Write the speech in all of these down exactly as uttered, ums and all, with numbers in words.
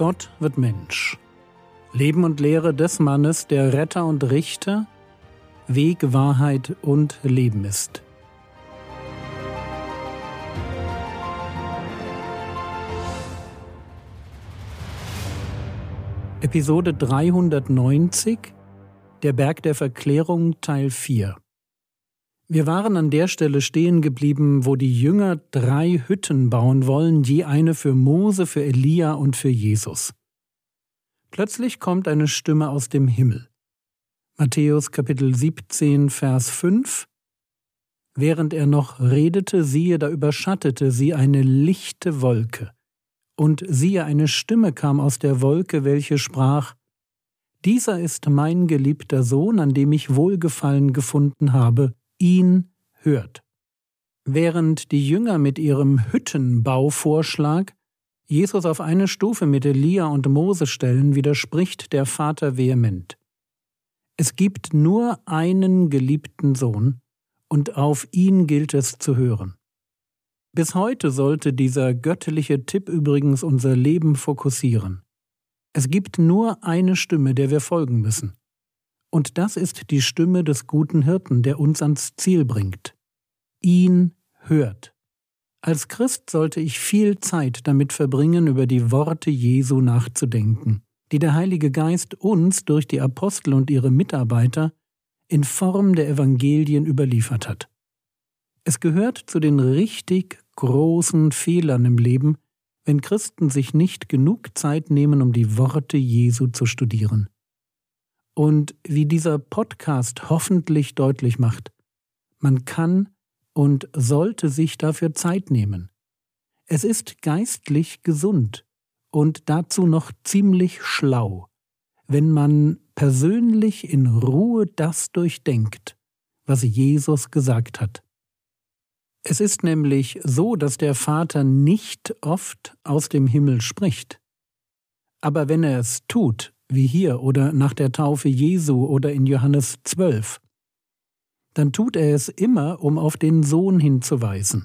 Gott wird Mensch. Leben und Lehre des Mannes, der Retter und Richter, Weg, Wahrheit und Leben ist. Episode dreihundertneunzig, der Berg der Verklärung, Teil vier. Wir waren an der Stelle stehen geblieben, wo die Jünger drei Hütten bauen wollen, je eine für Mose, für Elia und für Jesus. Plötzlich kommt eine Stimme aus dem Himmel. Matthäus Kapitel siebzehn, Vers fünf. Während er noch redete, siehe, da überschattete sie eine lichte Wolke. Und siehe, eine Stimme kam aus der Wolke, welche sprach: Dieser ist mein geliebter Sohn, an dem ich Wohlgefallen gefunden habe, ihn hört. Während die Jünger mit ihrem Hüttenbauvorschlag Jesus auf eine Stufe mit Elia und Mose stellen, widerspricht der Vater vehement. Es gibt nur einen geliebten Sohn, und auf ihn gilt es zu hören. Bis heute sollte dieser göttliche Tipp übrigens unser Leben fokussieren. Es gibt nur eine Stimme, der wir folgen müssen. Und das ist die Stimme des guten Hirten, der uns ans Ziel bringt. Ihn hört. Als Christ sollte ich viel Zeit damit verbringen, über die Worte Jesu nachzudenken, die der Heilige Geist uns durch die Apostel und ihre Mitarbeiter in Form der Evangelien überliefert hat. Es gehört zu den richtig großen Fehlern im Leben, wenn Christen sich nicht genug Zeit nehmen, um die Worte Jesu zu studieren. Und wie dieser Podcast hoffentlich deutlich macht, man kann und sollte sich dafür Zeit nehmen. Es ist geistlich gesund und dazu noch ziemlich schlau, wenn man persönlich in Ruhe das durchdenkt, was Jesus gesagt hat. Es ist nämlich so, dass der Vater nicht oft aus dem Himmel spricht. Aber wenn er es tut, wie hier oder nach der Taufe Jesu oder in Johannes zwölf, dann tut er es immer, um auf den Sohn hinzuweisen.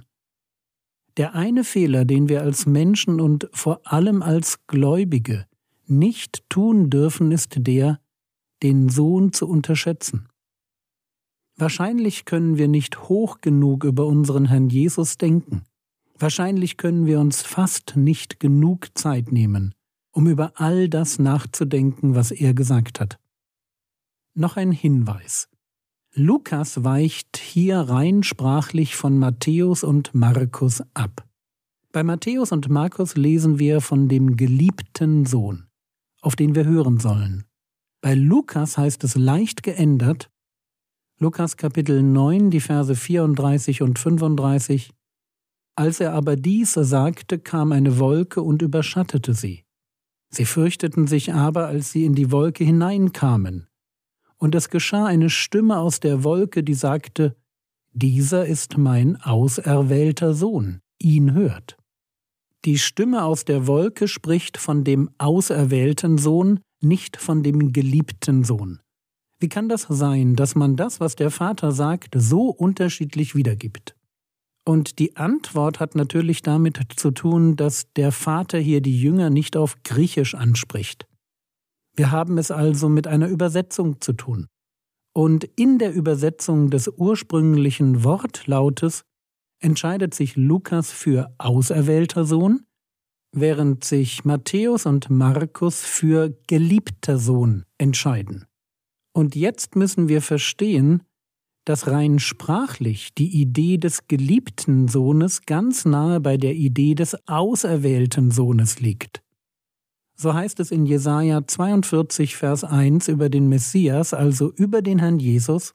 Der eine Fehler, den wir als Menschen und vor allem als Gläubige nicht tun dürfen, ist der, den Sohn zu unterschätzen. Wahrscheinlich können wir nicht hoch genug über unseren Herrn Jesus denken. Wahrscheinlich können wir uns fast nicht genug Zeit nehmen, um über all das nachzudenken, was er gesagt hat. Noch ein Hinweis. Lukas weicht hier rein sprachlich von Matthäus und Markus ab. Bei Matthäus und Markus lesen wir von dem geliebten Sohn, auf den wir hören sollen. Bei Lukas heißt es leicht geändert, Lukas Kapitel neun, die Verse vierunddreißig und fünfunddreißig. Als er aber dies sagte, kam eine Wolke und überschattete sie. Sie fürchteten sich aber, als sie in die Wolke hineinkamen. Und es geschah eine Stimme aus der Wolke, die sagte: Dieser ist mein auserwählter Sohn, ihn hört. Die Stimme aus der Wolke spricht von dem auserwählten Sohn, nicht von dem geliebten Sohn. Wie kann das sein, dass man das, was der Vater sagt, so unterschiedlich wiedergibt? Und die Antwort hat natürlich damit zu tun, dass der Vater hier die Jünger nicht auf Griechisch anspricht. Wir haben es also mit einer Übersetzung zu tun. Und in der Übersetzung des ursprünglichen Wortlautes entscheidet sich Lukas für auserwählter Sohn, während sich Matthäus und Markus für geliebter Sohn entscheiden. Und jetzt müssen wir verstehen, dass rein sprachlich die Idee des geliebten Sohnes ganz nahe bei der Idee des auserwählten Sohnes liegt. So heißt es in Jesaja zweiundvierzig, Vers eins über den Messias, also über den Herrn Jesus.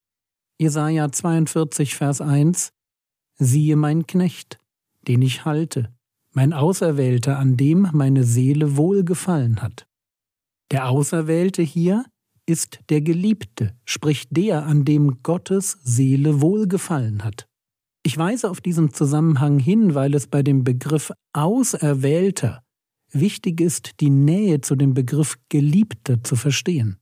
Jesaja zweiundvierzig, Vers eins: Siehe mein Knecht, den ich halte, mein Auserwählter, an dem meine Seele wohlgefallen hat. Der Auserwählte hier ist der Geliebte, sprich der, an dem Gottes Seele wohlgefallen hat. Ich weise auf diesen Zusammenhang hin, weil es bei dem Begriff Auserwählter wichtig ist, die Nähe zu dem Begriff Geliebter zu verstehen.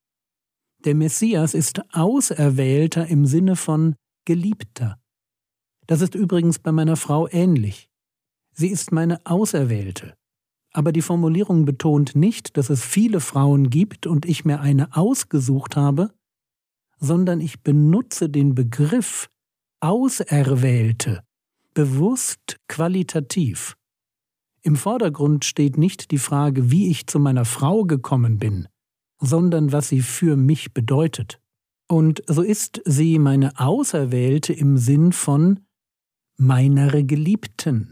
Der Messias ist Auserwählter im Sinne von Geliebter. Das ist übrigens bei meiner Frau ähnlich. Sie ist meine Auserwählte. Aber die Formulierung betont nicht, dass es viele Frauen gibt und ich mir eine ausgesucht habe, sondern ich benutze den Begriff Auserwählte bewusst qualitativ. Im Vordergrund steht nicht die Frage, wie ich zu meiner Frau gekommen bin, sondern was sie für mich bedeutet. Und so ist sie meine Auserwählte im Sinn von meiner Geliebten.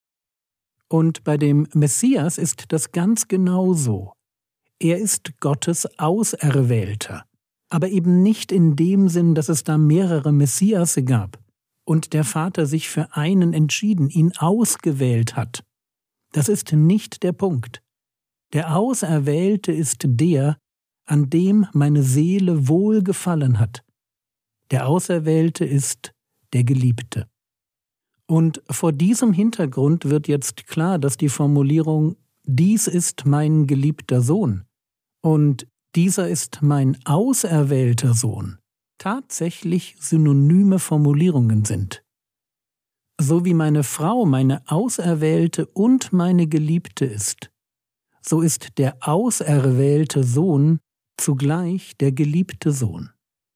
Und bei dem Messias ist das ganz genau so. Er ist Gottes Auserwählter, aber eben nicht in dem Sinn, dass es da mehrere Messiasse gab und der Vater sich für einen entschieden, ihn ausgewählt hat. Das ist nicht der Punkt. Der Auserwählte ist der, an dem meine Seele wohlgefallen hat. Der Auserwählte ist der Geliebte. Und vor diesem Hintergrund wird jetzt klar, dass die Formulierung »Dies ist mein geliebter Sohn« und »Dieser ist mein auserwählter Sohn« tatsächlich synonyme Formulierungen sind. So wie meine Frau meine Auserwählte und meine Geliebte ist, so ist der auserwählte Sohn zugleich der geliebte Sohn.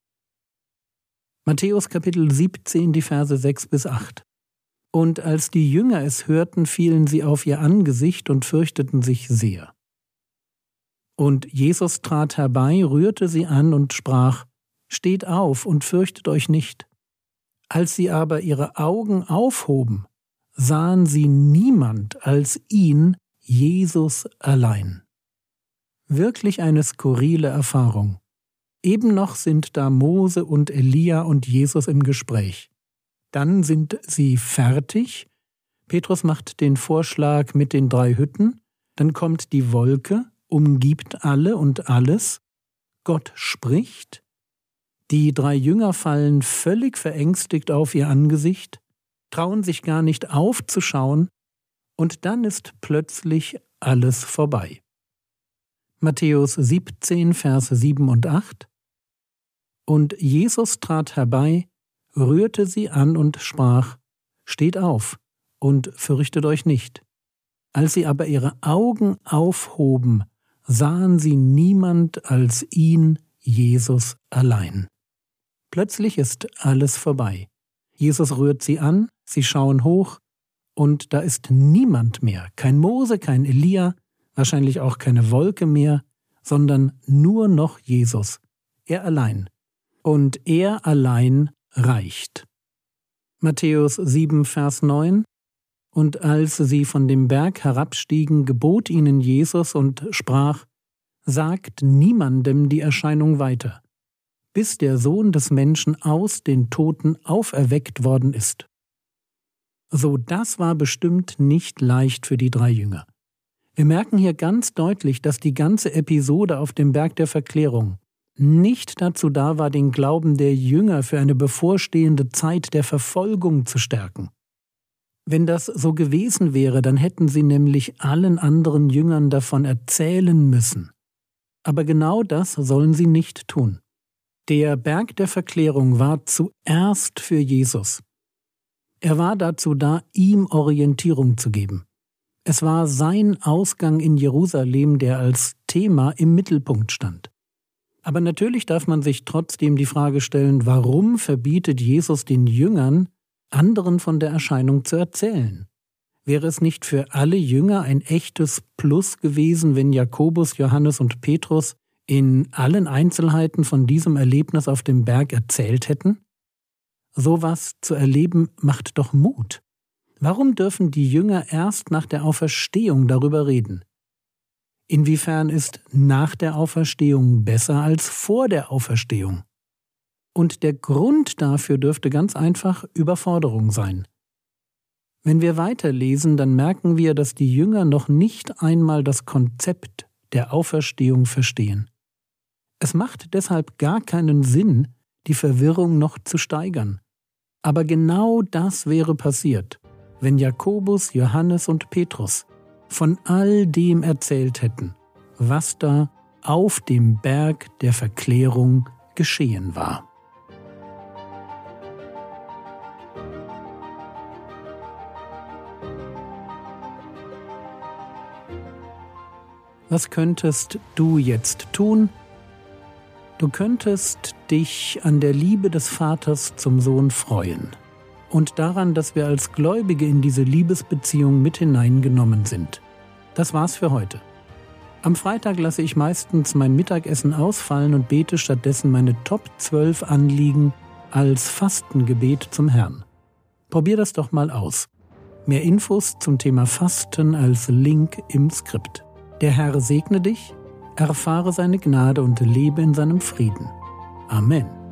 Matthäus Kapitel siebzehn, die Verse sechs bis acht. Und als die Jünger es hörten, fielen sie auf ihr Angesicht und fürchteten sich sehr. Und Jesus trat herbei, rührte sie an und sprach: Steht auf und fürchtet euch nicht. Als sie aber ihre Augen aufhoben, sahen sie niemand als ihn, Jesus allein. Wirklich eine skurrile Erfahrung. Eben noch sind da Mose und Elia und Jesus im Gespräch. Dann sind sie fertig. Petrus macht den Vorschlag mit den drei Hütten. Dann kommt die Wolke, umgibt alle und alles. Gott spricht. Die drei Jünger fallen völlig verängstigt auf ihr Angesicht, trauen sich gar nicht aufzuschauen, und dann ist plötzlich alles vorbei. Matthäus siebzehn, Verse sieben und acht. Und Jesus trat herbei, rührte sie an und sprach: Steht auf und fürchtet euch nicht. Als sie aber ihre Augen aufhoben, sahen sie niemand als ihn, Jesus allein. Plötzlich ist alles vorbei. Jesus rührt sie an, sie schauen hoch, und da ist niemand mehr, kein Mose, kein Elia, wahrscheinlich auch keine Wolke mehr, sondern nur noch Jesus, er allein. Und er allein reicht. Matthäus sieben, Vers neun. Und als sie von dem Berg herabstiegen, gebot ihnen Jesus und sprach: Sagt niemandem die Erscheinung weiter, bis der Sohn des Menschen aus den Toten auferweckt worden ist. So, das war bestimmt nicht leicht für die drei Jünger. Wir merken hier ganz deutlich, dass die ganze Episode auf dem Berg der Verklärung nicht dazu da war, den Glauben der Jünger für eine bevorstehende Zeit der Verfolgung zu stärken. Wenn das so gewesen wäre, dann hätten sie nämlich allen anderen Jüngern davon erzählen müssen. Aber genau das sollen sie nicht tun. Der Berg der Verklärung war zuerst für Jesus. Er war dazu da, ihm Orientierung zu geben. Es war sein Ausgang in Jerusalem, der als Thema im Mittelpunkt stand. Aber natürlich darf man sich trotzdem die Frage stellen, warum verbietet Jesus den Jüngern, anderen von der Erscheinung zu erzählen? Wäre es nicht für alle Jünger ein echtes Plus gewesen, wenn Jakobus, Johannes und Petrus in allen Einzelheiten von diesem Erlebnis auf dem Berg erzählt hätten? Sowas zu erleben macht doch Mut. Warum dürfen die Jünger erst nach der Auferstehung darüber reden? Inwiefern ist nach der Auferstehung besser als vor der Auferstehung? Und der Grund dafür dürfte ganz einfach Überforderung sein. Wenn wir weiterlesen, dann merken wir, dass die Jünger noch nicht einmal das Konzept der Auferstehung verstehen. Es macht deshalb gar keinen Sinn, die Verwirrung noch zu steigern. Aber genau das wäre passiert, wenn Jakobus, Johannes und Petrus von all dem erzählt hätten, was da auf dem Berg der Verklärung geschehen war. Was könntest du jetzt tun? Du könntest dich an der Liebe des Vaters zum Sohn freuen und daran, dass wir als Gläubige in diese Liebesbeziehung mit hineingenommen sind. Das war's für heute. Am Freitag lasse ich meistens mein Mittagessen ausfallen und bete stattdessen meine Top zwölf Anliegen als Fastengebet zum Herrn. Probier das doch mal aus. Mehr Infos zum Thema Fasten als Link im Skript. Der Herr segne dich, erfahre seine Gnade und lebe in seinem Frieden. Amen.